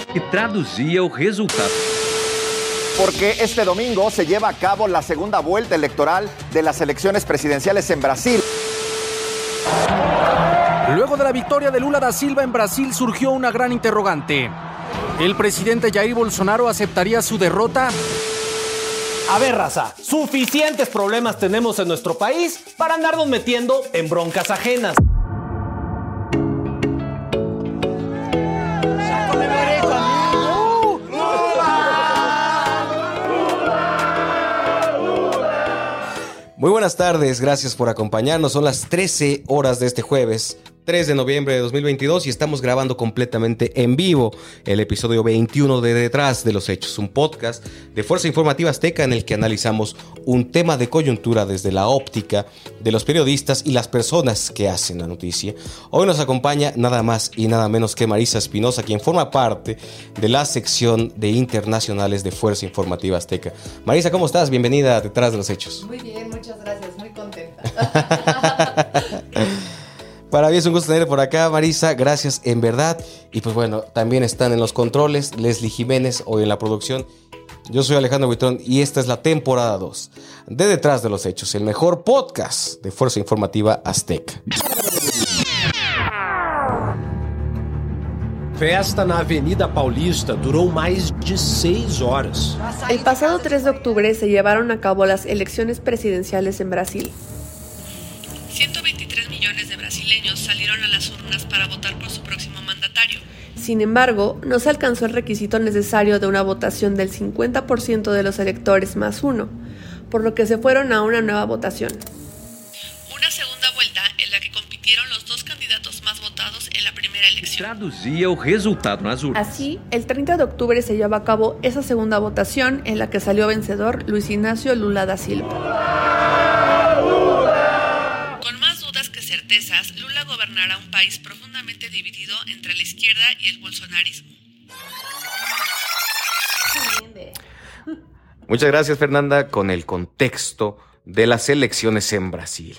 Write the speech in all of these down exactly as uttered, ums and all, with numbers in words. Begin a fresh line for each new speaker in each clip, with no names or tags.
que traduzia o resultado.
Porque este domingo se lleva a cabo la segunda vuelta electoral de las elecciones presidenciales en Brasil.
Luego de la victoria de Lula da Silva en Brasil surgió una gran interrogante. ¿El presidente Jair Bolsonaro aceptaría su derrota?
A ver, raza, suficientes problemas tenemos en nuestro país para andarnos metiendo en broncas ajenas.
Muy buenas tardes, gracias por acompañarnos. Son las trece horas de este jueves, tres de noviembre de dos mil veintidós, y estamos grabando completamente en vivo el episodio veintiuno de Detrás de los Hechos, un podcast de Fuerza Informativa Azteca en el que analizamos un tema de coyuntura desde la óptica de los periodistas y las personas que hacen la noticia. Hoy nos acompaña nada más y nada menos que Marisa Espinosa, quien forma parte de la sección de internacionales de Fuerza Informativa Azteca. Marisa, ¿cómo estás? Bienvenida a Detrás de los Hechos.
Muy bien, muchas gracias, muy contenta.
Para mí es un gusto tener por acá, Marisa, gracias en verdad. Y pues bueno, también están en los controles Leslie Jiménez, hoy en la producción. Yo soy Alejandro Buitrón y esta es la temporada dos de Detrás de los Hechos, el mejor podcast de Fuerza Informativa Azteca.
Festa na Avenida Paulista duró más de seis horas.
El pasado tres de octubre se llevaron a cabo las elecciones presidenciales en Brasil.
ciento veintitrés millones de brasileños salieron a las urnas para votar por su próximo mandatario.
Sin embargo, no se alcanzó el requisito necesario de una votación del cincuenta por ciento de los electores más uno, por lo que se fueron a una nueva votación.
Una segunda vuelta en la que compitieron los dos candidatos más votados en la primera elección.
Traduzia o resultado nas urnas.
Así, el treinta de octubre se llevó a cabo esa segunda votación en la que salió vencedor Luis Inácio Lula da Silva.
Certezas, Lula gobernará un país profundamente dividido entre la izquierda y el bolsonarismo.
Muchas gracias, Fernanda, con el contexto de las elecciones en Brasil.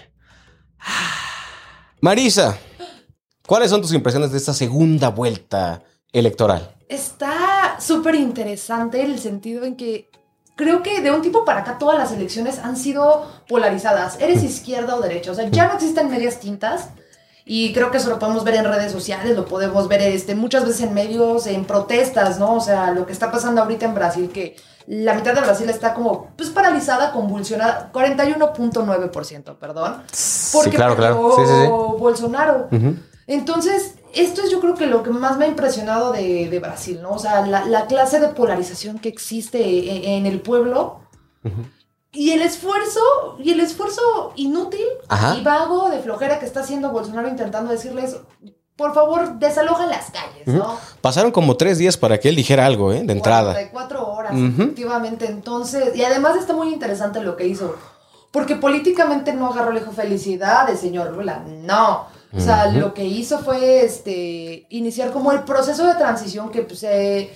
Marisa, ¿cuáles son tus impresiones de esta segunda vuelta electoral?
Está súper interesante el sentido en que creo que de un tiempo para acá todas las elecciones han sido polarizadas. Eres izquierda o derecha. O sea, ya no existen medias tintas. Y creo que eso lo podemos ver en redes sociales, lo podemos ver este, muchas veces en medios, en protestas, ¿no? O sea, lo que está pasando ahorita en Brasil, que la mitad de Brasil está como, pues, paralizada, convulsionada. cuarenta y uno punto nueve por ciento, perdón. Porque
sí, claro, claro. Sí, sí, sí.
Bolsonaro.
Uh-huh.
Entonces, esto es yo creo que lo que más me ha impresionado de, de Brasil, ¿no? O sea, la, la clase de polarización que existe en, en el pueblo. Uh-huh. Y el esfuerzo, y el esfuerzo inútil Ajá. y vago de flojera que está haciendo Bolsonaro intentando decirles, por favor, desaloja las calles, ¿no?
Uh-huh. Pasaron como tres días para que él dijera algo, ¿eh? De entrada.
cuarenta y cuatro horas,
uh-huh.
efectivamente. Entonces, y además está muy interesante lo que hizo. Porque políticamente no agarró, le dijo, felicidades, señor Lula. No. O sea, uh-huh. lo que hizo fue este iniciar como el proceso de transición que pues eh,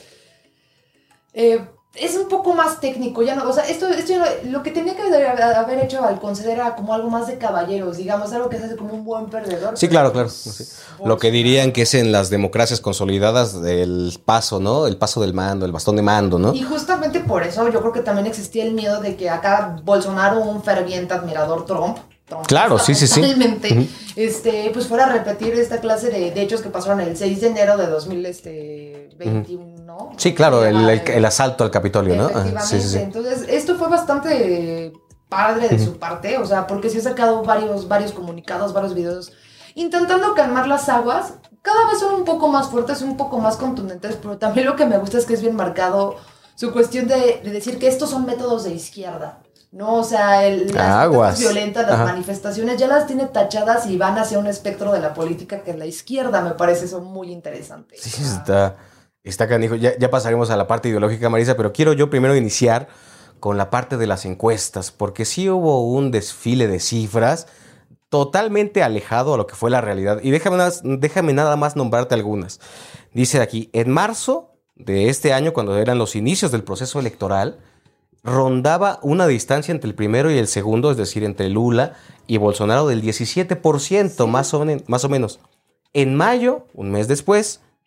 eh, es un poco más técnico, ya no, o sea, esto, esto lo que tenía que haber hecho al conceder era como algo más de caballeros, digamos, algo que se hace como un buen perdedor.
Sí, claro, claro. Sí. Lo que dirían que es en las democracias consolidadas el paso, ¿no? El paso del mando, el bastón de mando, ¿no?
Y justamente por eso yo creo que también existía el miedo de que acá Bolsonaro, un ferviente admirador Trump, Trump
claro, sí, sí, sí.
Totalmente, uh-huh. este, pues fuera a repetir esta clase de, de hechos que pasaron el seis de enero de dos mil veintiuno.
Uh-huh. Sí, claro, el, el, el asalto al Capitolio, ¿no?
Efectivamente,
sí, sí, sí.
Entonces esto fue bastante padre de uh-huh. su parte, o sea, porque se ha sacado varios, varios comunicados, varios videos, intentando calmar las aguas. Cada vez son un poco más fuertes, un poco más contundentes, pero también lo que me gusta es que es bien marcado su cuestión de, de decir que estos son métodos de izquierda. No, o sea, el, las protestas violentas, las Ajá. manifestaciones, ya las tiene tachadas y van hacia un espectro de la política que es la izquierda, me parece eso muy interesante.
Sí, está, está canijo. Ya, ya pasaremos a la parte ideológica, Marisa, pero quiero yo primero iniciar con la parte de las encuestas, porque sí hubo un desfile de cifras totalmente alejado a lo que fue la realidad. Y déjame, déjame nada más nombrarte algunas. Dice aquí, en marzo de este año, cuando eran los inicios del proceso electoral, rondaba una distancia entre el primero y el segundo, es decir, entre Lula y Bolsonaro del diecisiete por ciento, sí. más, o men- más o menos. En mayo, un mes después,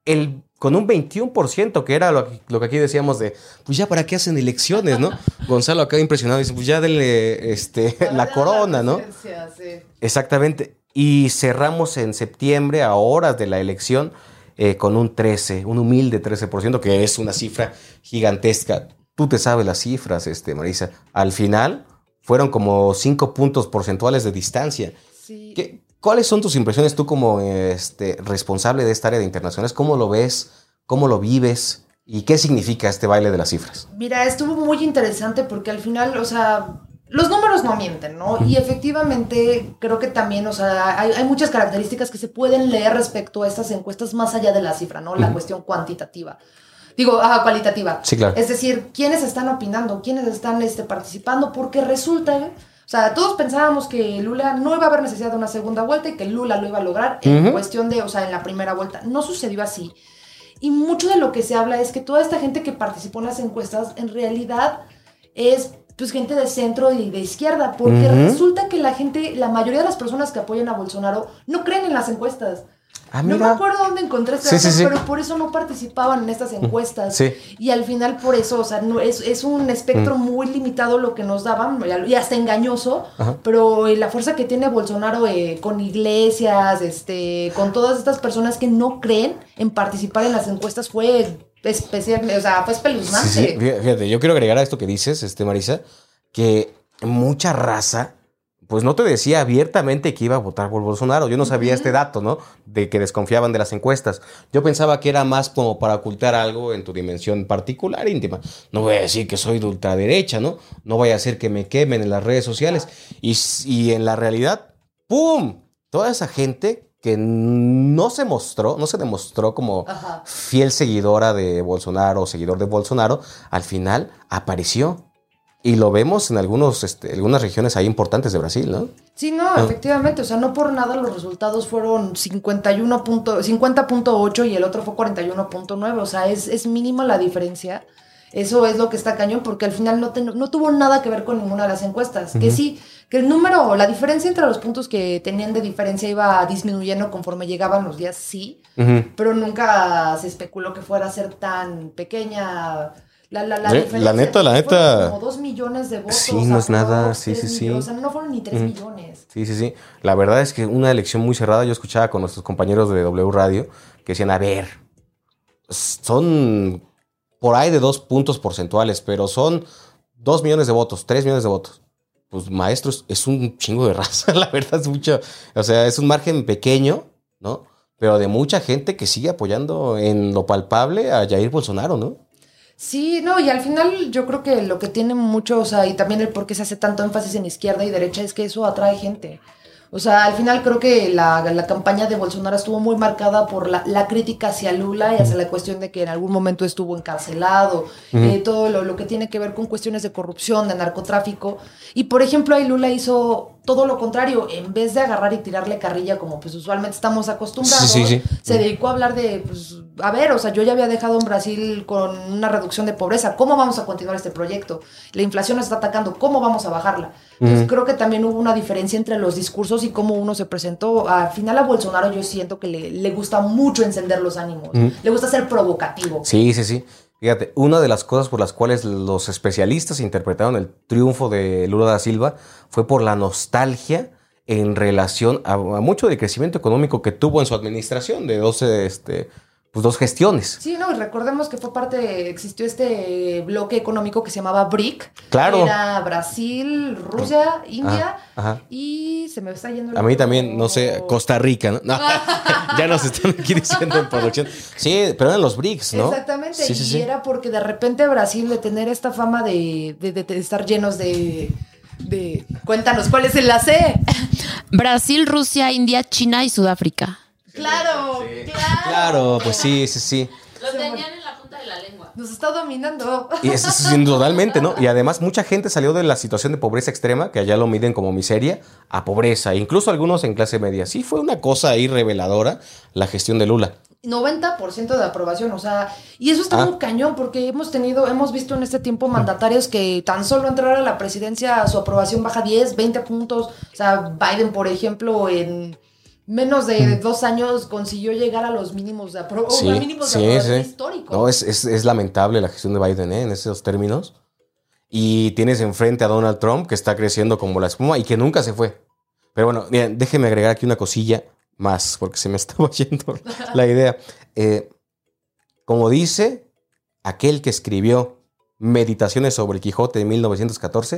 el, con un veintiuno por ciento, que era lo, lo que aquí decíamos de, pues ya para qué hacen elecciones, ¿no? Gonzalo acá impresionado dice, pues ya denle este, la corona, ¿no?
Sí.
Exactamente. Y cerramos en septiembre, a horas de la elección, eh, con un trece, un humilde trece por ciento, que es una cifra gigantesca. Tú te sabes las cifras, este, Marisa. Al final fueron como cinco puntos porcentuales de distancia.
Sí.
¿Qué, ¿Cuáles son tus impresiones tú como este, responsable de esta área de internacionales? ¿Cómo lo ves? ¿Cómo lo vives? ¿Y qué significa este baile de las cifras?
Mira, estuvo muy interesante porque al final, o sea, los números no mienten, ¿no? Y efectivamente creo que también, o sea, hay, hay muchas características que se pueden leer respecto a estas encuestas más allá de la cifra, ¿no? La uh-huh. cuestión cuantitativa. Digo, ah, cualitativa.
Sí, claro.
Es decir, ¿quiénes están opinando? ¿Quiénes están este, participando? Porque resulta, o sea, todos pensábamos que Lula no iba a haber necesidad de una segunda vuelta y que Lula lo iba a lograr en uh-huh. cuestión de, o sea, en la primera vuelta. No sucedió así. Y mucho de lo que se habla es que toda esta gente que participó en las encuestas en realidad es pues gente de centro y de izquierda, porque uh-huh. resulta que la gente, la mayoría de las personas que apoyan a Bolsonaro no creen en las encuestas.
Ah,
no me acuerdo dónde encontré este
sí,
dato,
sí, sí.
pero por eso no participaban en estas encuestas.
Sí.
Y al final por eso, o sea, no, es, es un espectro mm. muy limitado lo que nos daban, y hasta engañoso, Ajá. pero eh, la fuerza que tiene Bolsonaro eh, con iglesias, este, con todas estas personas que no creen en participar en las encuestas fue especial, o sea, fue espeluznante.
Sí, sí. Fíjate, yo quiero agregar a esto que dices, este, Marisa, que mucha raza pues no te decía abiertamente que iba a votar por Bolsonaro. Yo no sabía uh-huh. este dato, ¿no? De que desconfiaban de las encuestas. Yo pensaba que era más como para ocultar algo en tu dimensión particular, íntima. No voy a decir que soy de ultraderecha, ¿no? No voy a hacer que me quemen en las redes sociales. Y, y en la realidad, ¡pum! Toda esa gente que no se mostró, no se demostró como Ajá. fiel seguidora de Bolsonaro o seguidor de Bolsonaro, al final apareció. Y lo vemos en algunos, este, algunas regiones ahí importantes de Brasil, ¿no?
Sí, no, ah. efectivamente. O sea, no por nada los resultados fueron cincuenta punto ocho y el otro fue cuarenta y uno punto nueve. O sea, es, es mínima la diferencia. Eso es lo que está cañón, porque al final no, te, no tuvo nada que ver con ninguna de las encuestas. Uh-huh. Que sí, que el número, la diferencia entre los puntos que tenían de diferencia iba disminuyendo conforme llegaban los días, sí. Uh-huh. Pero nunca se especuló que fuera a ser tan pequeña. La, la, la,
sí, la neta, la neta.
Como dos millones de votos.
Sí, no es nada. Sí, sí, sí.
O sea, no fueron ni tres mm. millones.
Sí, sí, sí. La verdad es que una elección muy cerrada. Yo escuchaba con nuestros compañeros de W Radio que decían, a ver, son por ahí de dos puntos porcentuales, pero son dos millones de votos, tres millones de votos. Pues, maestros, es un chingo de raza. La verdad es mucho. O sea, es un margen pequeño, ¿no? Pero de mucha gente que sigue apoyando en lo palpable a Jair Bolsonaro, ¿no?
Sí, no, y al final yo creo que lo que tiene mucho, o sea, y también el por qué se hace tanto énfasis en izquierda y derecha es que eso atrae gente. O sea, al final creo que la, la campaña de Bolsonaro estuvo muy marcada por la, la crítica hacia Lula y hacia la cuestión de que en algún momento estuvo encarcelado, uh-huh. eh, todo lo, lo que tiene que ver con cuestiones de corrupción, de narcotráfico. Y por ejemplo, ahí Lula hizo todo lo contrario. En vez de agarrar y tirarle carrilla como pues usualmente estamos acostumbrados,
sí, sí, sí.
se dedicó a hablar de, pues, a ver, o sea, yo ya había dejado en Brasil con una reducción de pobreza. ¿Cómo vamos a continuar este proyecto? La inflación nos está atacando. ¿Cómo vamos a bajarla? Entonces uh-huh. creo que también hubo una diferencia entre los discursos y cómo uno se presentó. Al final a Bolsonaro yo siento que le, le gusta mucho encender los ánimos. Uh-huh. Le gusta ser provocativo.
Sí, sí, sí. Fíjate, una de las cosas por las cuales los especialistas interpretaron el triunfo de Lula da Silva fue por la nostalgia en relación a, a mucho del crecimiento económico que tuvo en su administración de doce, este, pues dos gestiones.
Sí, no, y recordemos que fue parte, existió este bloque económico que se llamaba B R I C.
Claro.
Era Brasil, Rusia, India, ajá, ajá. y se me está yendo el
A mí también, no sé, Costa Rica, ¿no? no ya nos están aquí diciendo en producción. Sí, pero eran los B R I C S, ¿no?
Exactamente,
sí, sí,
y
sí.
era porque de repente Brasil, de tener esta fama de, de, de, de estar llenos de... de... Cuéntanos, ¿cuál es el la C?
Brasil, Rusia, India, China y Sudáfrica.
Claro,
sí.
claro.
Claro, pues sí, sí, sí.
Lo tenían en la punta de la lengua.
Nos está dominando.
Y eso sí, totalmente, ¿no? Y además mucha gente salió de la situación de pobreza extrema, que allá lo miden como miseria, a pobreza. Incluso algunos en clase media. Sí, fue una cosa ahí reveladora la gestión de Lula.
noventa por ciento de aprobación, o sea, y eso está ah. muy cañón, porque hemos tenido, hemos visto en este tiempo mandatarios que tan solo entrar a la presidencia, su aprobación baja diez, veinte puntos. O sea, Biden, por ejemplo, en... menos de mm. dos años consiguió llegar a los mínimos de aprobación. Sí, mínimos
sí,
de
sí.
históricos.
No, es, es, es lamentable la gestión de Biden, ¿eh? En esos términos. Y tienes enfrente a Donald Trump, que está creciendo como la espuma y que nunca se fue. Pero bueno, miren, déjenme agregar aquí una cosilla más, porque se me estaba yendo la idea. Eh, como dice aquel que escribió Meditaciones sobre el Quijote de mil novecientos catorce,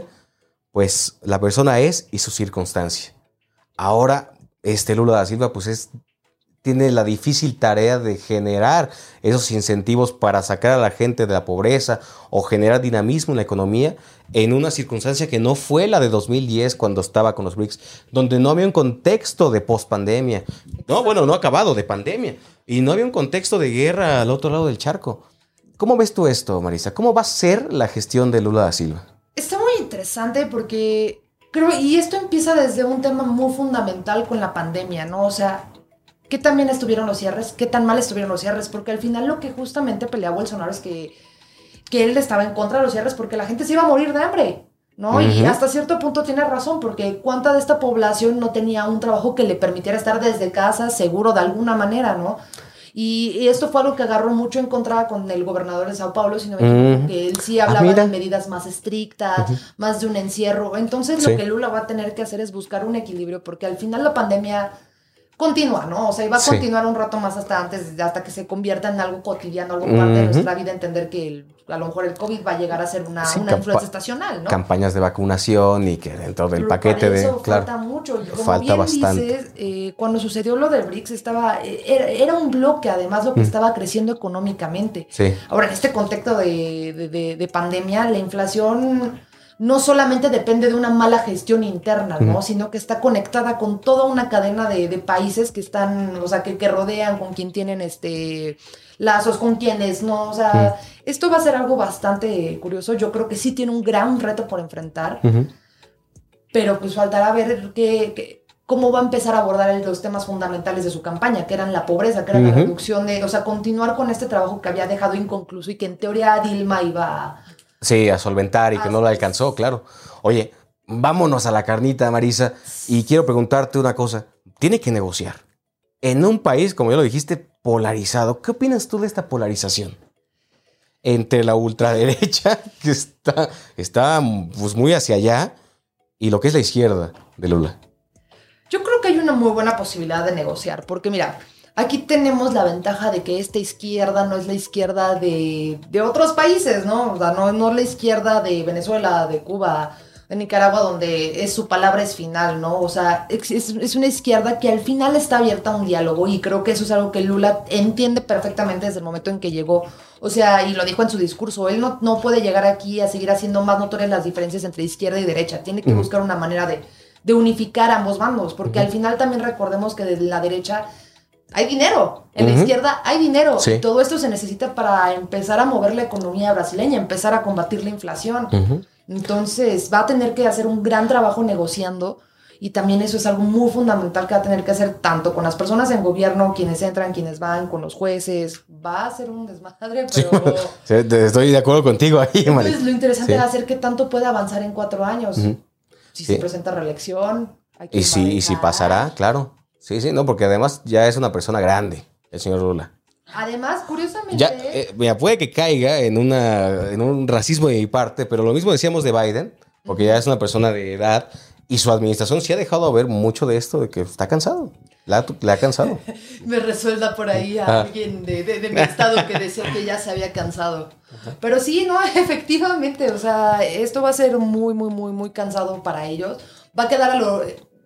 pues la persona es y su circunstancia. Ahora, este Lula da Silva, pues es, tiene la difícil tarea de generar esos incentivos para sacar a la gente de la pobreza o generar dinamismo en la economía en una circunstancia que no fue la de dos mil diez cuando estaba con los B R I C S, donde no había un contexto de pospandemia. No, bueno, no acabado, de pandemia. Y no había un contexto de guerra al otro lado del charco. ¿Cómo ves tú esto, Marisa? ¿Cómo va a ser la gestión de Lula da Silva?
Está muy interesante porque creo, y esto empieza desde un tema muy fundamental con la pandemia, ¿no? O sea, ¿qué tan bien estuvieron los cierres? ¿Qué tan mal estuvieron los cierres? Porque al final lo que justamente pelea Bolsonaro es que, que él estaba en contra de los cierres porque la gente se iba a morir de hambre, ¿no? Uh-huh. Y hasta cierto punto tiene razón, porque cuánta de esta población no tenía un trabajo que le permitiera estar desde casa seguro de alguna manera, ¿no? Y, y esto fue algo que agarró mucho en contra con el gobernador de Sao Paulo, sino uh-huh. que él sí hablaba ah, de medidas más estrictas, uh-huh. más de un encierro. Entonces sí. Lo que Lula va a tener que hacer es buscar un equilibrio, porque al final la pandemia continúa, ¿no? O sea, iba a sí. continuar un rato más hasta antes, hasta que se convierta en algo cotidiano, algo parte uh-huh. de nuestra vida, entender que el, a lo mejor el COVID va a llegar a ser una, sí, una campa- influencia estacional, ¿no?
Campañas de vacunación y que dentro del Pero paquete
para eso
de...
falta
claro,
mucho. Y como
falta
bien
bastante.
Dices, eh, cuando sucedió lo del B R I C S, estaba, eh, era, era un bloque, además, lo que mm. estaba creciendo económicamente.
Sí.
Ahora, en este contexto de, de, de, de pandemia, la inflación no solamente depende de una mala gestión interna, ¿no? Mm. Sino que está conectada con toda una cadena de, de países que están, o sea, que, que rodean, con quien tienen este lazos, con quienes no, o sea, mm. esto va a ser algo bastante curioso. Yo creo que sí tiene un gran reto por enfrentar, uh-huh. pero pues faltará ver qué, qué, cómo va a empezar a abordar los temas fundamentales de su campaña, que eran la pobreza, que era uh-huh. la reducción de, o sea, continuar con este trabajo que había dejado inconcluso y que en teoría Dilma iba a...
Sí, a solventar y que no lo alcanzó, claro. Oye, vámonos a la carnita, Marisa, y quiero preguntarte una cosa. Tiene que negociar. En un país, como ya lo dijiste, polarizado, ¿qué opinas tú de esta polarización? Entre la ultraderecha, que está, está pues, muy hacia allá, y lo que es la izquierda de Lula.
Yo creo que hay una muy buena posibilidad de negociar, porque mira, aquí tenemos la ventaja de que esta izquierda no es la izquierda de, de otros países, ¿no? O sea, no, no es la izquierda de Venezuela, de Cuba, de Nicaragua, donde es su palabra es final, ¿no? O sea, es, es una izquierda que al final está abierta a un diálogo, y creo que eso es algo que Lula entiende perfectamente desde el momento en que llegó. O sea, y lo dijo en su discurso, él no, no puede llegar aquí a seguir haciendo más notorias las diferencias entre izquierda y derecha, tiene que uh-huh. buscar una manera de, de unificar ambos bandos, porque uh-huh. al final también recordemos que desde la derecha hay dinero, en uh-huh. la izquierda hay dinero, sí. y todo esto se necesita para empezar a mover la economía brasileña, empezar a combatir la inflación. Uh-huh. Entonces va a tener que hacer un gran trabajo negociando, y también eso es algo muy fundamental que va a tener que hacer tanto con las personas en gobierno, quienes entran, quienes van, con los jueces. Va a ser un desmadre, pero...
Sí, estoy de acuerdo contigo ahí, Mari.
Entonces lo interesante sí. va a ser qué tanto puede avanzar en cuatro años. Uh-huh. Si sí. se presenta reelección. Hay que
y, si, y si pasará, claro. Sí, sí, no, porque además ya es una persona grande, el señor Lula.
Además, curiosamente...
Ya, eh, mira, puede que caiga en, una, en un racismo de mi parte, pero lo mismo decíamos de Biden, porque uh-huh. ya es una persona de edad, y su administración sí ha dejado ver mucho de esto, de que está cansado. La, la ha cansado.
Me resuelta por ahí a ah. alguien de, de, de mi estado que decía que ya se había cansado. Uh-huh. Pero sí, no, efectivamente, o sea, esto va a ser muy, muy, muy, muy cansado para ellos. Va a quedar a lo...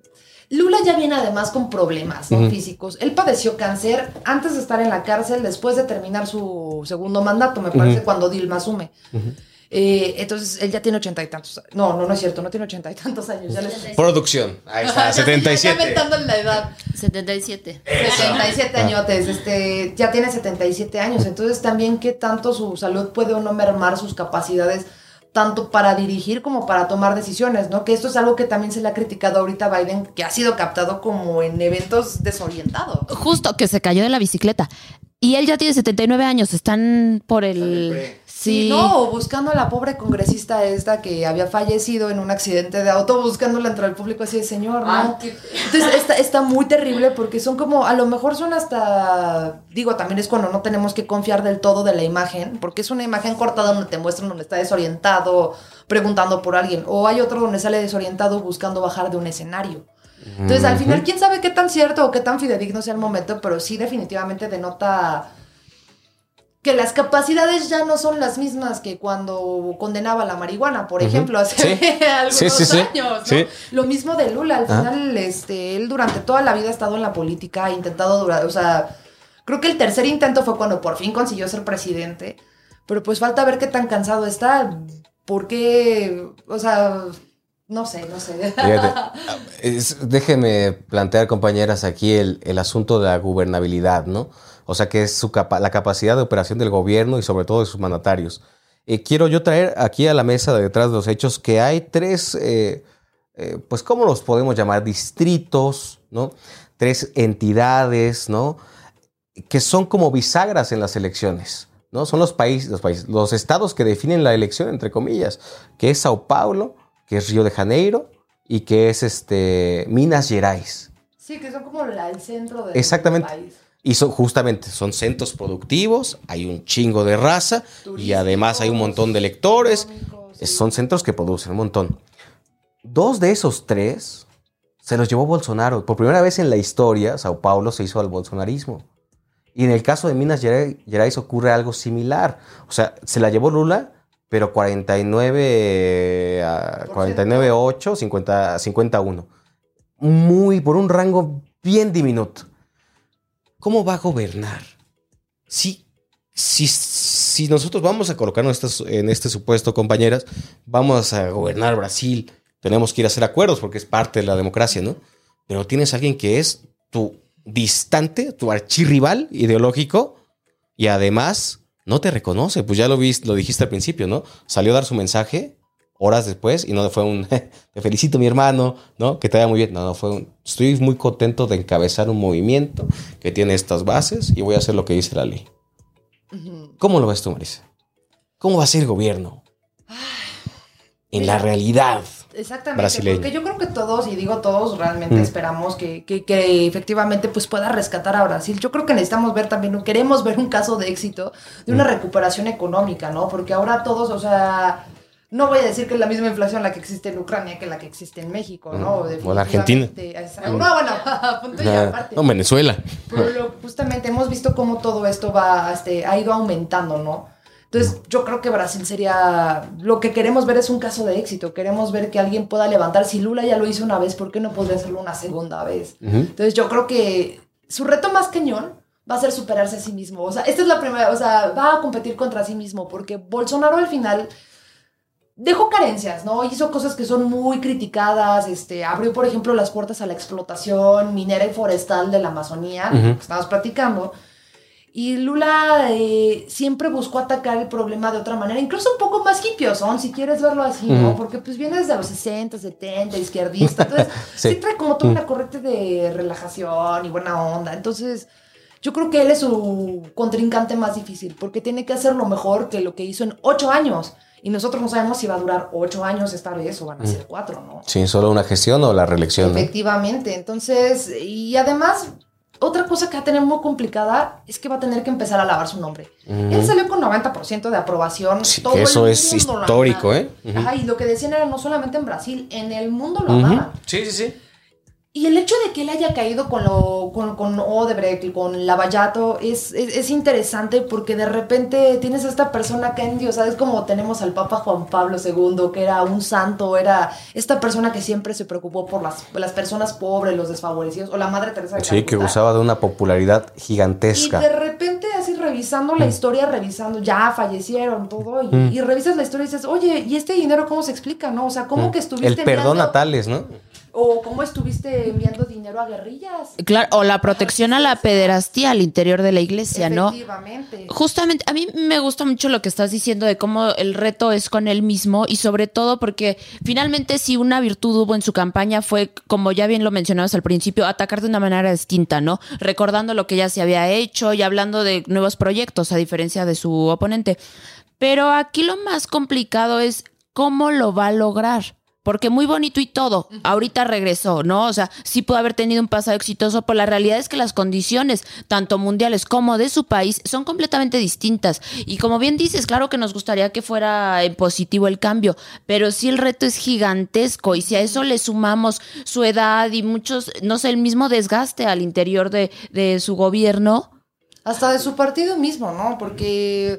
Lula ya viene además con problemas, ¿no? uh-huh. físicos. Él padeció cáncer antes de estar en la cárcel, después de terminar su segundo mandato, me parece, uh-huh. cuando Dilma asume. Uh-huh. Eh, entonces, él ya tiene ochenta y tantos. No, no, no es cierto, no tiene ochenta y tantos años. Ya les...
Producción. Ahí está, setenta y siete.
Ya inventando la edad.
setenta y siete.
setenta y siete añotes. Este, ya tiene setenta y siete años. Entonces, también, ¿qué tanto su salud puede o no mermar sus capacidades, tanto para dirigir como para tomar decisiones, ¿no? Que esto es algo que también se le ha criticado ahorita a Biden, que ha sido captado como en eventos desorientados.
Justo, que se cayó de la bicicleta. Y él ya tiene setenta y nueve años, están por el...
Sí, no, o buscando a la pobre congresista esta que había fallecido en un accidente de auto, buscándola entre el público así de señor, ¿no?
Ay, qué...
Entonces está, está muy terrible porque son como, a lo mejor son hasta, digo, también es cuando no tenemos que confiar del todo de la imagen, porque es una imagen cortada donde te muestran donde está desorientado, preguntando por alguien, o hay otro donde sale desorientado buscando bajar de un escenario. Entonces, al final, quién sabe qué tan cierto o qué tan fidedigno sea el momento, pero sí definitivamente denota que las capacidades ya no son las mismas que cuando condenaba la marihuana, por uh-huh. ejemplo, hace sí. algunos
sí, sí, sí.
años, ¿no?
Sí.
Lo mismo de Lula, al
¿Ah?
final, este, él durante toda la vida ha estado en la política, ha intentado durar, o sea, creo que el tercer intento fue cuando por fin consiguió ser presidente, pero pues falta ver qué tan cansado está, porque, o sea... No sé, no sé.
Fíjate, es, déjenme plantear, compañeras, aquí el, el asunto de la gobernabilidad, ¿no? O sea, que es su capa- la capacidad de operación del gobierno y sobre todo de sus mandatarios. Eh, quiero yo traer aquí a la mesa de detrás de los hechos que hay tres, eh, eh, pues, ¿cómo los podemos llamar? Distritos, ¿no? Tres entidades, ¿no? Que son como bisagras en las elecciones, ¿no? Son los países, los países, los estados que definen la elección, entre comillas, que es Sao Paulo, que es Río de Janeiro y que es este Minas Gerais.
Sí, que son como la, el centro del
Exactamente.
país.
Y son justamente, son centros productivos, hay un chingo de raza y además hay un montón de electores. Sí. Son centros que producen un montón. Dos de esos tres se los llevó Bolsonaro. Por primera vez en la historia, Sao Paulo se hizo al bolsonarismo. Y en el caso de Minas Gerais ocurre algo similar. O sea, se la llevó Lula, pero cuarenta y nueve a cuarenta y nueve punto ocho, cincuenta, cincuenta y uno. Muy, por un rango bien diminuto. ¿Cómo va a gobernar? Si, si, si nosotros vamos a colocarnos estos, en este supuesto, compañeras, vamos a gobernar Brasil, tenemos que ir a hacer acuerdos porque es parte de la democracia, ¿no? Pero tienes a alguien que es tu distante, tu archirrival ideológico y además... no te reconoce, pues ya lo viste, lo dijiste al principio, ¿no? Salió a dar su mensaje horas después y no fue un te felicito mi hermano, ¿no? Que te vaya muy bien. No, no fue un estoy muy contento de encabezar un movimiento que tiene estas bases y voy a hacer lo que dice la ley. Uh-huh. ¿Cómo lo ves tú, Marisa? ¿Cómo va a ser el gobierno? En Mira, la realidad
exactamente,
brasileña.
Porque yo creo que todos, y digo todos, realmente mm. esperamos que, que, que efectivamente pues pueda rescatar a Brasil. Yo creo que necesitamos ver también, queremos ver un caso de éxito de una mm. recuperación económica, ¿no? Porque ahora todos, o sea, no voy a decir que es la misma inflación la que existe en Ucrania que la que existe en México, ¿no?
Mm. O en Argentina.
No, bueno, punto y aparte.
No, en Venezuela.
Pero lo, justamente hemos visto cómo todo esto va, este, ha ido aumentando, ¿no? Entonces, yo creo que Brasil sería... Lo que queremos ver es un caso de éxito. Queremos ver que alguien pueda levantar. Si Lula ya lo hizo una vez, ¿por qué no podría hacerlo una segunda vez? Uh-huh. Entonces, yo creo que su reto más cañón va a ser superarse a sí mismo. O sea, esta es la primera... O sea, va a competir contra sí mismo. Porque Bolsonaro, al final, dejó carencias, ¿no? Hizo cosas que son muy criticadas. Este, abrió, por ejemplo, las puertas a la explotación minera y forestal de la Amazonía, uh-huh. que estábamos platicando. Y Lula eh, siempre buscó atacar el problema de otra manera, incluso un poco más hippiosón, si quieres verlo así, ¿no? Mm. Porque pues viene desde los sesenta, setenta, izquierdista, entonces sí. sí trae como toda una corriente de relajación y buena onda. Entonces, yo creo que él es su contrincante más difícil, porque tiene que hacerlo mejor que lo que hizo en ocho años. Y nosotros no sabemos si va a durar ocho años esta vez o van a ser cuatro, ¿no?
Sí, solo una gestión o la reelección.
Efectivamente, ¿no? Entonces, y además... Otra cosa que va a tener muy complicada es que va a tener que empezar a lavar su nombre. Uh-huh. Él salió con noventa por ciento de aprobación.
Sí,
todo
eso
el
es
mundo
histórico, ¿eh?
Uh-huh. Ajá, y lo que decían era no solamente en Brasil, en el mundo lo amaban.
Uh-huh. Sí, sí, sí.
Y el hecho de que él haya caído con lo con, con Odebrecht, con Lavallato, es, es, es interesante porque de repente tienes a esta persona que en Dios, ¿sabes? Como tenemos al Papa Juan Pablo segundo, que era un santo, era esta persona que siempre se preocupó por las, las personas pobres, los desfavorecidos, o la Madre Teresa de Calcuta.
Sí, que gozaba de una popularidad gigantesca.
Y de repente, así revisando la historia, revisando, ya fallecieron, todo, y, mm. y revisas la historia y dices, oye, ¿y este dinero cómo se explica, no? O sea, ¿cómo mm. que estuviste
El perdón
enviando...
a tales, ¿no?
O cómo estuviste enviando dinero a guerrillas.
Claro, o la protección a la pederastía al interior de la iglesia, ¿no?
Efectivamente.
Justamente, a mí me gusta mucho lo que estás diciendo de cómo el reto es con él mismo y sobre todo porque finalmente si una virtud hubo en su campaña fue, como ya bien lo mencionabas al principio, atacar de una manera distinta, ¿no? Recordando lo que ya se había hecho y hablando de nuevos proyectos a diferencia de su oponente. Pero aquí lo más complicado es cómo lo va a lograr. Porque muy bonito y todo, ahorita regresó, ¿no? O sea, sí pudo haber tenido un pasado exitoso, pero la realidad es que las condiciones, tanto mundiales como de su país, son completamente distintas. Y como bien dices, claro que nos gustaría que fuera en positivo el cambio, pero sí el reto es gigantesco. Y si a eso le sumamos su edad y muchos, no sé, el mismo desgaste al interior de, de su gobierno.
Hasta de su partido mismo, ¿no? Porque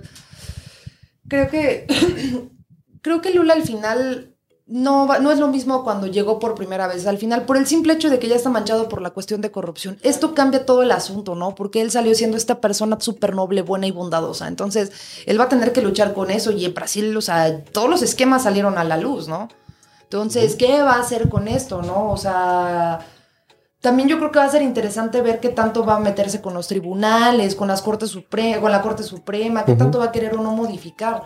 creo que, creo que Lula al final... No, va, no es lo mismo cuando llegó por primera vez. Al final, por el simple hecho de que ya está manchado por la cuestión de corrupción, esto cambia todo el asunto, ¿no? Porque él salió siendo esta persona súper noble, buena y bondadosa. Entonces, él va a tener que luchar con eso. Y en Brasil, o sea, todos los esquemas salieron a la luz, ¿no? Entonces, ¿qué va a hacer con esto, no? O sea... También yo creo que va a ser interesante ver qué tanto va a meterse con los tribunales, con las Cortes Supre- con la Corte Suprema, qué uh-huh. tanto va a querer o no modificar.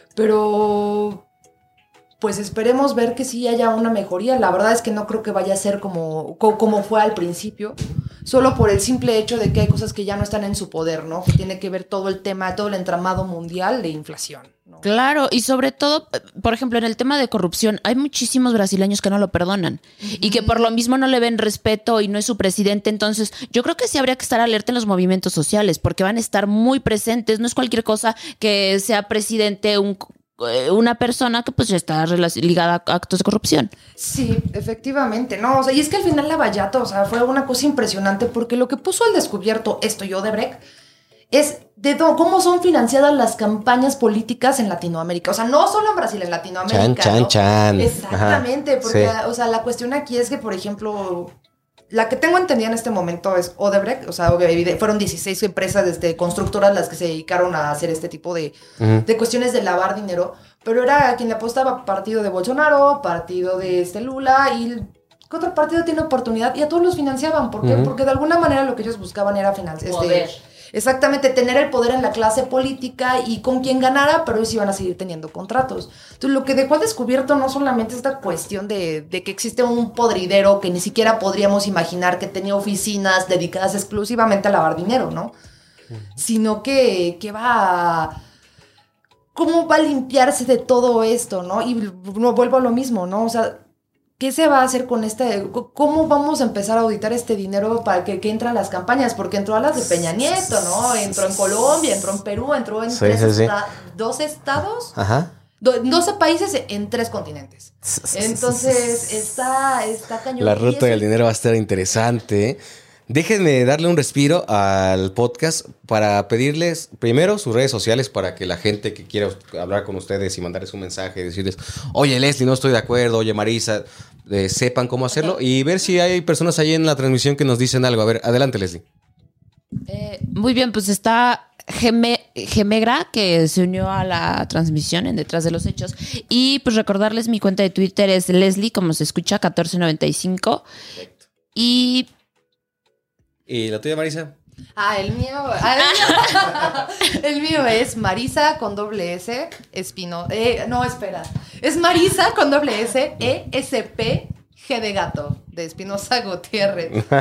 Pero... pues esperemos ver que sí haya una mejoría. La verdad es que no creo que vaya a ser como, como fue al principio, solo por el simple hecho de que hay cosas que ya no están en su poder, ¿no? Que tiene que ver todo el tema, todo el entramado mundial de inflación, ¿no?
Claro, y sobre todo, por ejemplo, en el tema de corrupción, hay muchísimos brasileños que no lo perdonan uh-huh. y que por lo mismo no le ven respeto y no es su presidente. Entonces, yo creo que sí habría que estar alerta en los movimientos sociales porque van a estar muy presentes. No es cualquier cosa que sea presidente un... una persona que pues ya está ligada a actos de corrupción.
Sí, efectivamente, no, o sea, y es que al final Lavallato, o sea, fue una cosa impresionante porque lo que puso al descubierto esto y Odebrecht es de do, cómo son financiadas las campañas políticas en Latinoamérica, o sea, no solo en Brasil, en Latinoamérica,
chan,
¿no?
chan, chan.
Exactamente,
Ajá,
porque,
sí.
o sea, la cuestión aquí es que, por ejemplo... La que tengo entendida en este momento es Odebrecht, o sea, fueron dieciséis empresas desde constructoras las que se dedicaron a hacer este tipo de, uh-huh. de cuestiones de lavar dinero, pero era quien le apostaba partido de Bolsonaro, partido de este Lula, y ¿qué otro partido tiene oportunidad? Y a todos los financiaban, ¿por qué? Uh-huh. Porque de alguna manera lo que ellos buscaban era financiar. Este, exactamente, tener el poder en la clase política y con quien ganara, pero ellos iban a seguir teniendo contratos. Entonces, lo que dejó al descubierto no solamente esta cuestión de, de que existe un podridero que ni siquiera podríamos imaginar que tenía oficinas dedicadas exclusivamente a lavar dinero, ¿no? Uh-huh. Sino que, que va a... ¿Cómo va a limpiarse de todo esto, no? Y no, vuelvo a lo mismo, ¿no? O sea... ¿Qué se va a hacer con este? ¿Cómo vamos a empezar a auditar este dinero para que, que entre a las campañas? Porque entró a las de Peña Nieto, ¿no? Entró en Colombia, entró en Perú, entró en sí, tres sí, esta- sí. dos estados,
Ajá.
Do- doce países en tres continentes. Entonces, está, está cañón.
La ruta del dinero va a estar interesante. Déjenme darle un respiro al podcast para pedirles primero sus redes sociales para que la gente que quiera hablar con ustedes y mandarles un mensaje, decirles, oye Leslie, no estoy de acuerdo, oye Marisa, eh, sepan cómo hacerlo y ver si hay personas ahí en la transmisión que nos dicen algo. A ver, adelante Leslie.
Eh, muy bien, pues está Geme, Gemegra, que se unió a la transmisión en Detrás de los Hechos. Y pues recordarles, mi cuenta de Twitter es Leslie, como se escucha, catorce noventa y cinco. Perfecto. Y...
¿Y la tuya, Marisa?
Ah, el mío, ah, el, mío el mío es Marisa con doble S, Espino, eh, no, espera, es Marisa con doble S, E S P, G de gato, de Espinosa Gutiérrez. Es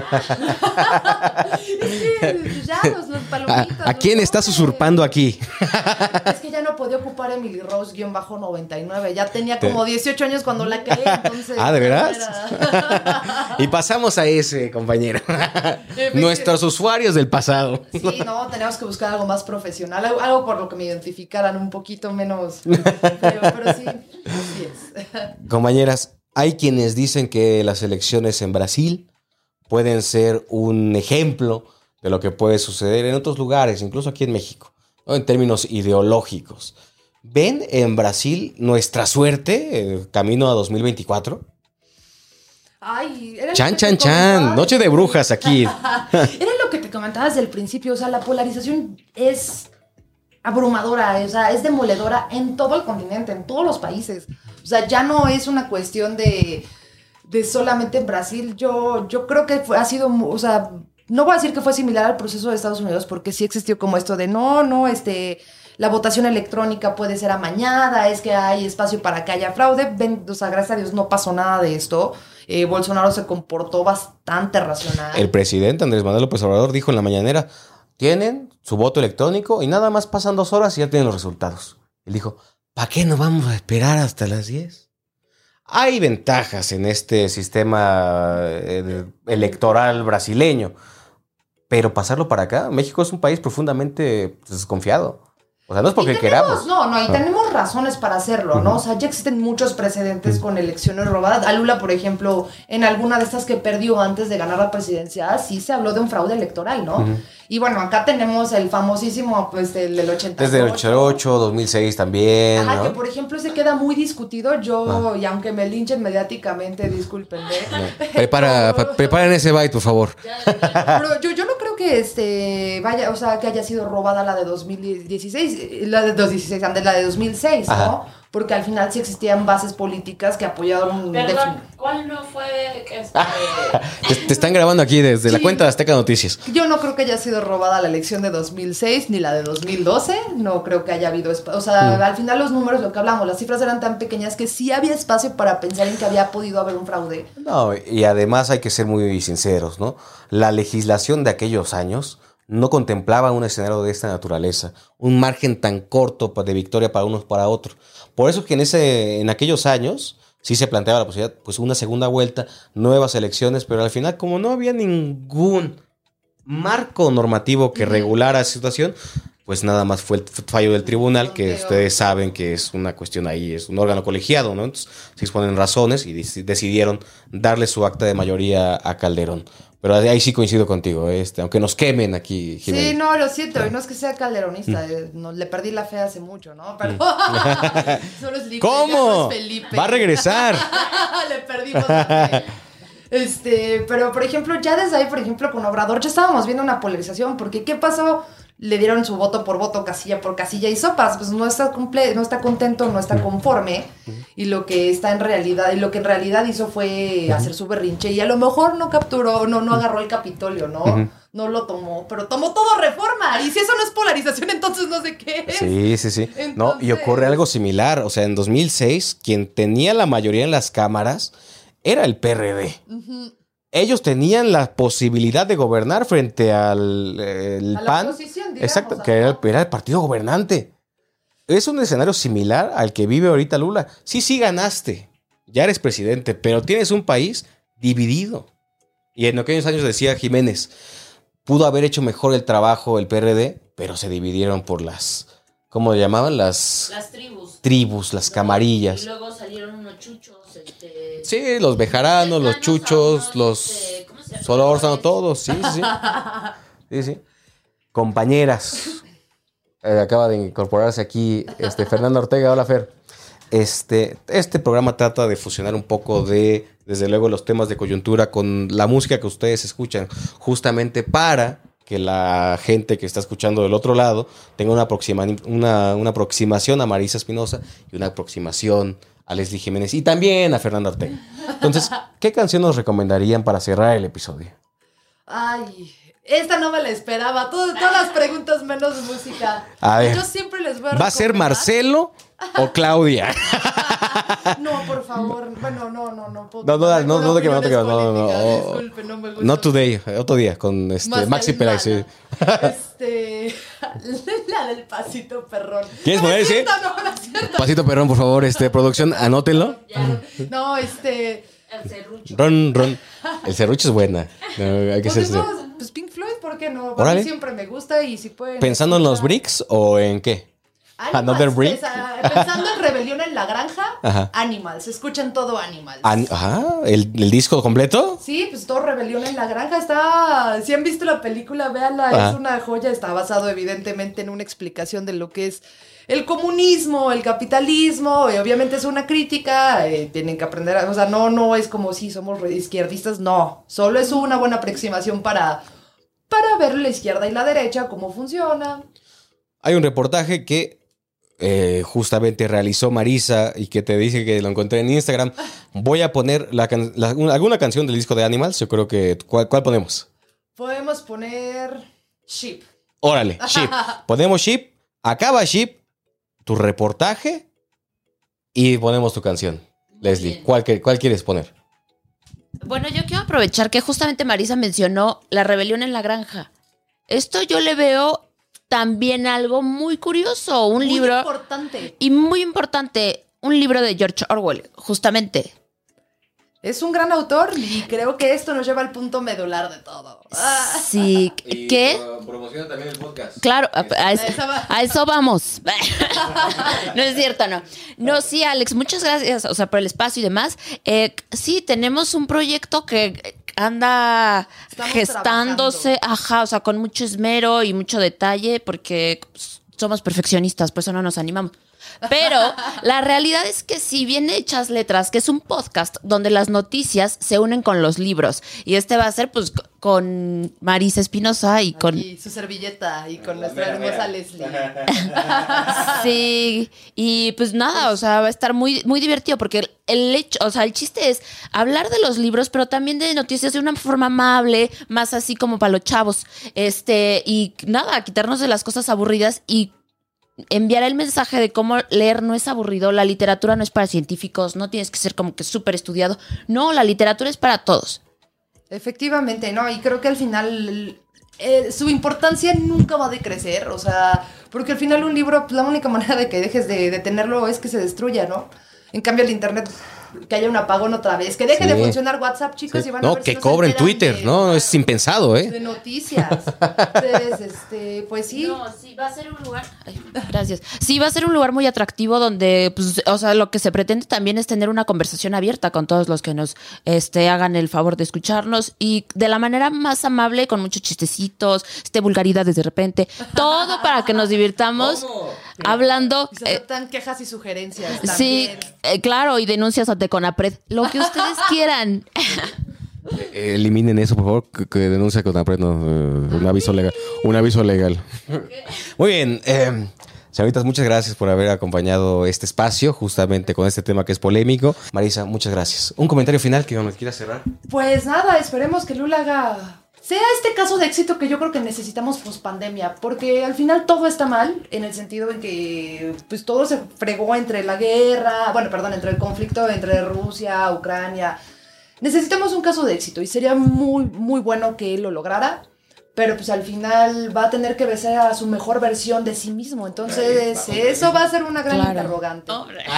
que ya los, los palomitas.
¿A, a quién estás usurpando aquí?
Es que ya no podía ocupar Emily Rose-noventa y nueve, ya tenía como dieciocho años cuando la creé, entonces...
Ah, ¿de veras? Y pasamos a ese, compañero. Nuestros usuarios del pasado.
Sí, no, tenemos que buscar algo más profesional, algo, algo por lo que me identificaran un poquito menos feo, pero sí, así es.
Compañeras, hay quienes dicen que las elecciones en Brasil pueden ser un ejemplo de lo que puede suceder en otros lugares, incluso aquí en México, ¿no? En términos ideológicos. ¿Ven en Brasil nuestra suerte eh, camino a dos mil veinticuatro?
Ay, era
chan, chan, chan. Noche de brujas aquí.
Era lo que te comentaba desde el principio. O sea, la polarización es abrumadora, o sea, es demoledora en todo el continente, en todos los países. O sea, ya no es una cuestión de, de solamente en Brasil. Yo, yo creo que fue, ha sido, o sea, no voy a decir que fue similar al proceso de Estados Unidos, porque sí existió como esto de no, no, este... la votación electrónica puede ser amañada, es que hay espacio para que haya fraude. Ven, o sea, gracias a Dios no pasó nada de esto. Eh, Bolsonaro se comportó bastante racional.
El presidente Andrés Manuel López Obrador dijo en la mañanera, tienen su voto electrónico y nada más pasan dos horas y ya tienen los resultados. Él dijo, ¿para qué nos vamos a esperar hasta las diez? Hay ventajas en este sistema eh, electoral brasileño, pero pasarlo para acá, México es un país profundamente desconfiado. O sea, no es porque
y tenemos,
queramos.
No, no, y tenemos razones para hacerlo, ¿no? O sea, ya existen muchos precedentes con elecciones robadas. A Lula, por ejemplo, en alguna de estas que perdió antes de ganar la presidencial, sí se habló de un fraude electoral, ¿no? Uh-huh. Y bueno, acá tenemos el famosísimo, pues, el del ochenta y ocho.
Desde el ochenta y ocho, dos mil seis también,
Ajá,
¿no?
que por ejemplo se queda muy discutido. Yo, ah. y aunque me linchen mediáticamente, discúlpenme.
No. Prepara, pero, preparen ese byte, por favor.
Pero yo, yo no creo que este vaya, o sea, que haya sido robada la de dos mil dieciséis, la de dos mil dieciséis, la de dos mil seis, ¿no? Ajá. Porque al final sí existían bases políticas que apoyaron...
Perdón, ¿cuál no fue? Este...
te, te están grabando aquí desde sí. la cuenta de Azteca Noticias.
Yo no creo que haya sido robada la elección de dos mil seis ni la de dos mil doce. No creo que haya habido... O sea, mm. al final los números, lo que hablamos, las cifras eran tan pequeñas que sí había espacio para pensar en que había podido haber un fraude.
No, y además hay que ser muy sinceros, ¿no? La legislación de aquellos años no contemplaba un escenario de esta naturaleza, un margen tan corto de victoria para unos para otros. Por eso que en, ese, en aquellos años sí se planteaba la posibilidad, pues una segunda vuelta, nuevas elecciones, pero al final como no había ningún marco normativo que regulara esa situación, pues nada más fue el fallo del tribunal, que ustedes saben que es una cuestión ahí, es un órgano colegiado, ¿no? Entonces se exponen razones y decidieron darle su acta de mayoría a Calderón. Pero ahí sí coincido contigo, este, aunque nos quemen aquí, Jimena.
Sí, no, lo siento, y no es que sea calderonista, eh, no, le perdí la fe hace mucho, ¿no? Pero solo es Felipe,
¿cómo?
Es Felipe.
Va a regresar.
Le perdimos la fe. Este, pero por ejemplo, ya desde ahí, por ejemplo, con Obrador, ya estábamos viendo una polarización, porque ¿qué pasó? Le dieron su voto por voto, casilla por casilla y sopas, pues no está comple- no está contento, no está conforme, y lo que está en realidad, y lo que en realidad hizo fue hacer su berrinche, y a lo mejor no capturó, no, no agarró el Capitolio, ¿no? Uh-huh. No lo tomó, pero tomó todo Reforma, y si eso no es polarización, entonces no sé qué es.
Sí, sí, sí.
Entonces...
No, y ocurre algo similar, o sea, en dos mil seis, quien tenía la mayoría en las cámaras era el P R D. Uh-huh. Ellos tenían la posibilidad de gobernar frente al el
a
P A N.
La oposición, digamos,
exacto, que era, era el partido gobernante. Es un escenario similar al que vive ahorita Lula. Sí, sí ganaste, ya eres presidente, pero tienes un país dividido. Y en aquellos años decía Jiménez, pudo haber hecho mejor el trabajo el P R D, pero se dividieron por las, ¿cómo le llamaban? Las,
las tribus.
Tribus, las camarillas.
Y luego salieron unos chuchos. Este,
sí, los bejaranos, los chuchos, los este, Solórzano, todos, sí, sí, sí. sí, sí. Compañeras. Eh, acaba de incorporarse aquí este, Fernanda Ortega. Hola, Fer. Este, este programa trata de fusionar un poco de, desde luego, los temas de coyuntura con la música que ustedes escuchan, justamente para que la gente que está escuchando del otro lado tenga una, aproxima, una, una aproximación a Marisa Espinosa y una aproximación a Leslie Jiménez y también a Fernanda Ortega. Entonces, ¿qué canción nos recomendarían para cerrar el episodio?
Ay, esta no me la esperaba. Todo, todas las preguntas menos música.
A ver,
yo siempre les voy a
¿va a ser Marcelo o Claudia?
No, por favor. Bueno, no, no, no.
No, no, no, no, no te quemas, no te quemas. No, no, no.
Disculpe, no me gusta.
Not today, otro día, con este Maxi Peláez. Sí.
Este, la del pasito perrón.
¿Quieres poner ese?
No, no, no es cierto.
Pasito perrón, por favor, este, producción, anótenlo.
Ya. No, este...
El serrucho.
Ron, ron. El serrucho es buena. No, hay que
pues,
ser...
no, pues Pink Floyd, ¿por qué no? A mí siempre me gusta y si pueden...
¿Pensando escuchar... en los bricks o en qué?
Animals,
Another Brick.
Pesa, pensando en Rebelión en la Granja, ajá. Animals, escuchen todo Animals.
An- ajá, ¿El, ¿el disco completo?
Sí, pues todo Rebelión en la Granja está... Si han visto la película, véanla, ajá. Es una joya, está basado evidentemente en una explicación de lo que es el comunismo, el capitalismo, y obviamente es una crítica, eh, tienen que aprender, a, o sea, no, no es como si somos izquierdistas, no, solo es una buena aproximación para, para ver la izquierda y la derecha, cómo funciona.
Hay un reportaje que Eh, justamente realizó Marisa y que te dice que lo encontré en Instagram. Voy a poner la can- la, una, alguna canción del disco de Animals. Yo creo que... ¿Cuál, cuál ponemos?
Podemos poner Sheep.
Órale, Sheep. Ponemos Sheep. Acaba Sheep. Tu reportaje. Y ponemos tu canción. Leslie, ¿cuál, ¿cuál quieres poner?
Bueno, yo quiero aprovechar que justamente Marisa mencionó la rebelión en la granja. Esto yo le veo también algo muy curioso, un
muy
libro...
importante.
Y muy importante, un libro de George Orwell, justamente.
Es un gran autor y creo que esto nos lleva al punto medular de todo.
Sí, ¿qué?
Promociona también el podcast.
Claro, a, a, eso, a eso vamos. No es cierto, no. No, sí, Alex, muchas gracias, o sea, por el espacio y demás. Eh, sí, tenemos un proyecto que anda Estamos gestándose, trabajando. Ajá, o sea, con mucho esmero y mucho detalle, porque pues, somos perfeccionistas, por eso no nos animamos. Pero la realidad es que si bien Hechas Letras, que es un podcast donde las noticias se unen con los libros, y este va a ser pues con Marisa Espinosa y con...
Y su servilleta y con nuestra hermosa Leslie.
Sí, y pues nada, o sea, va a estar muy, muy divertido porque el hecho, o sea, el chiste es hablar de los libros, pero también de noticias de una forma amable, más así como para los chavos, este, y nada, quitarnos de las cosas aburridas y enviar el mensaje de cómo leer no es aburrido, la literatura no es para científicos, no tienes que ser como que súper estudiado. No, la literatura es para todos.
Efectivamente, ¿no? Y creo que al final eh, su importancia nunca va a decrecer, o sea, porque al final un libro, pues, la única manera de que dejes de, de tenerlo es que se destruya, ¿no? En cambio el internet, que haya un apagón otra vez, que deje sí. de funcionar WhatsApp, chicos,
sí.
y van
no,
a ver
que
si no
cobren Twitter,
de,
no, es impensado, ¿eh?
De noticias. Entonces, este, pues sí.
No, sí, va a ser un lugar, ay, gracias. Sí, va a ser un lugar muy atractivo donde, pues, o sea, lo que se pretende también es tener una conversación abierta con todos los que nos, este, hagan el favor de escucharnos y de la manera más amable, con muchos chistecitos, este, vulgaridades de repente, todo para que nos divirtamos. ¿Cómo? Hablando.
Y se aceptan eh, quejas y sugerencias. También.
Sí, eh, claro, y denuncias ante Conapred. Lo que ustedes quieran.
Eh, eliminen eso, por favor, que, que denuncia Conapred, no, eh, un aviso legal. Un aviso legal. Muy bien. Eh, señoritas, muchas gracias por haber acompañado este espacio, justamente con este tema que es polémico. Marisa, muchas gracias. Un comentario final que nos quiera cerrar.
Pues nada, esperemos que Lula haga. Sea este caso de éxito que yo creo que necesitamos pospandemia, porque al final todo está mal, en el sentido en que pues todo se fregó entre la guerra, bueno, perdón, entre el conflicto entre Rusia, Ucrania. Necesitamos un caso de éxito y sería muy, muy bueno que él lo lograra, pero pues al final va a tener que besar a su mejor versión de sí mismo, entonces eso va a ser una gran claro. interrogante.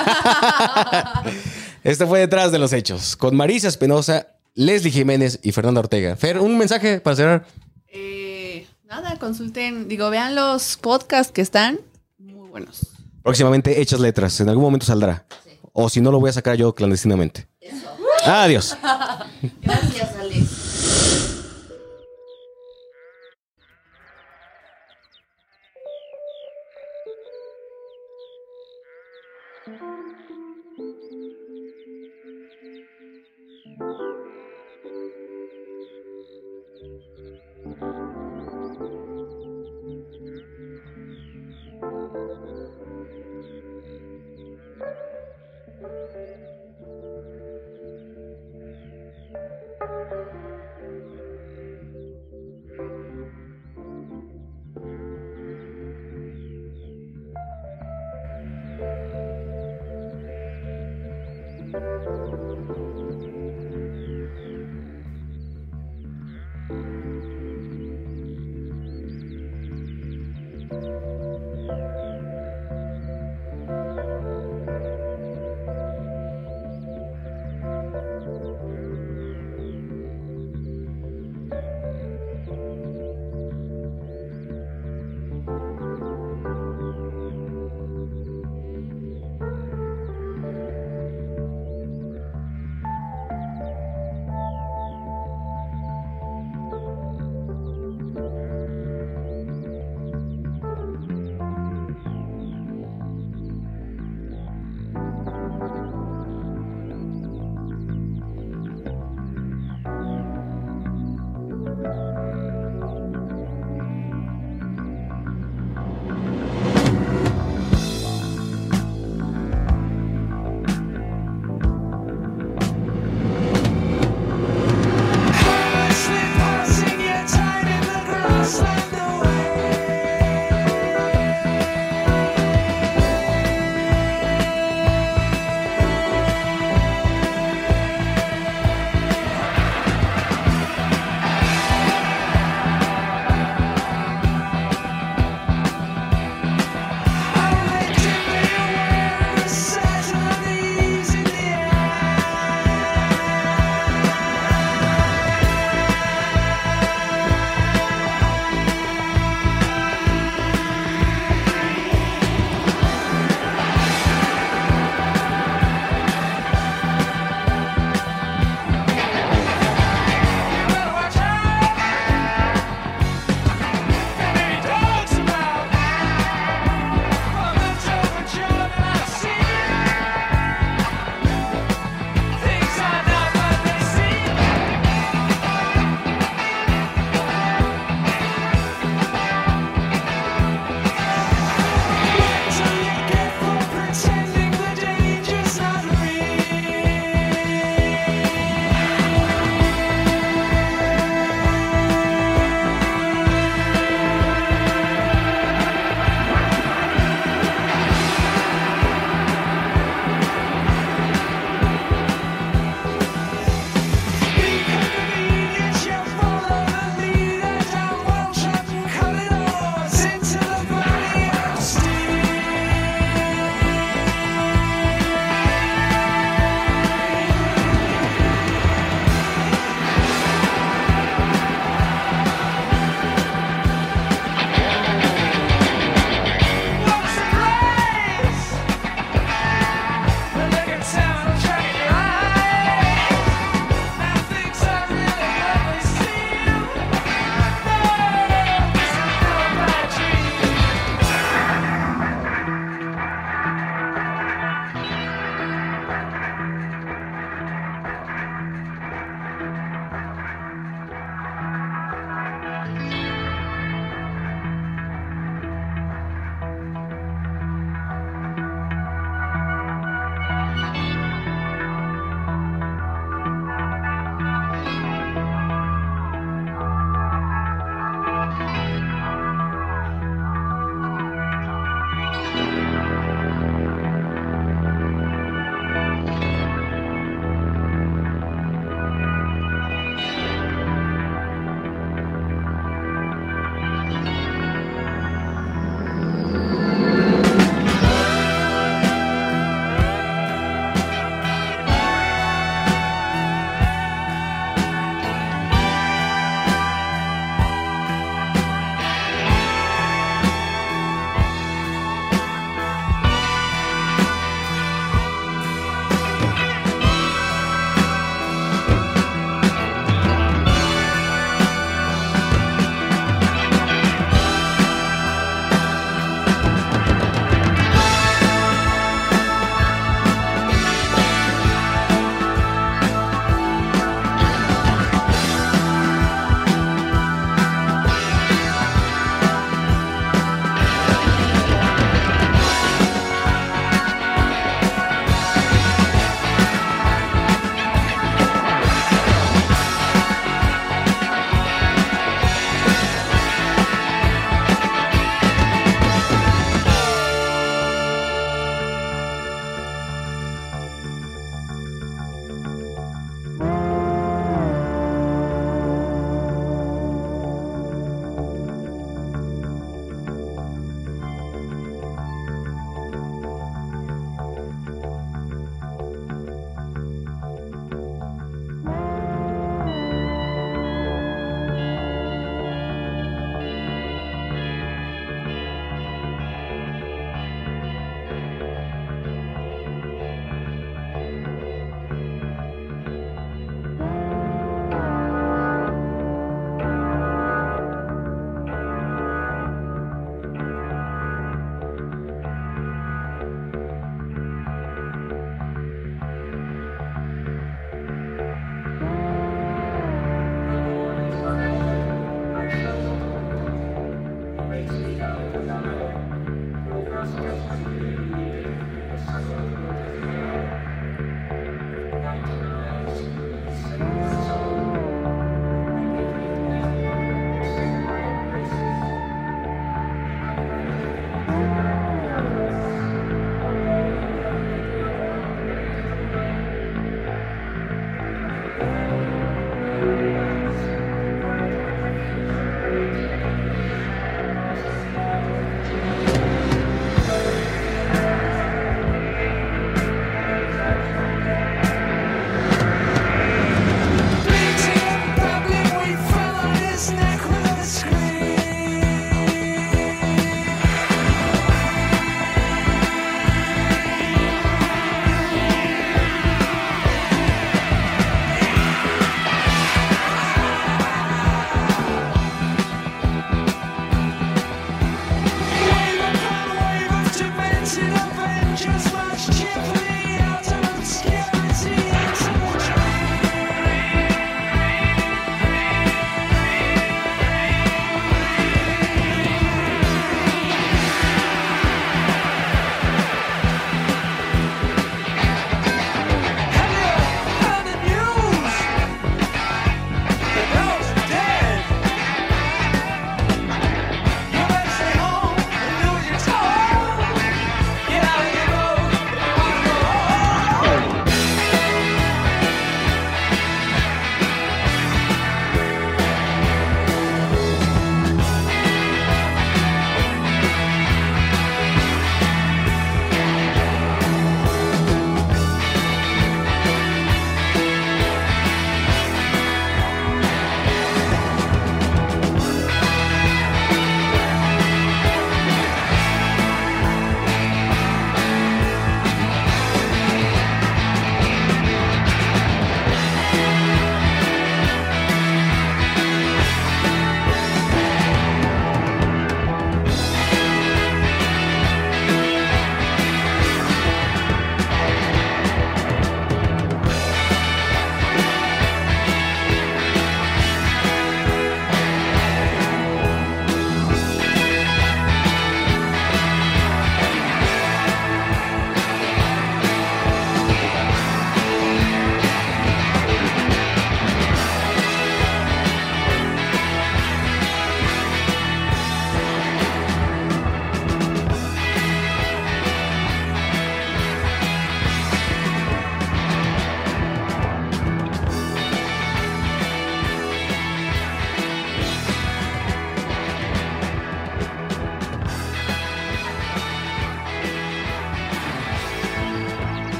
Esto fue Detrás de los Hechos, con Marisa Espinosa, Leslie Jiménez y Fernanda Ortega. Fer, un mensaje para cerrar.
Eh, nada, consulten, digo, vean los podcasts que están muy buenos.
Próximamente Hechas Letras, en algún momento saldrá. Sí. O si no, lo voy a sacar yo clandestinamente. Eso. Adiós.
Gracias, Alex.
Thank you.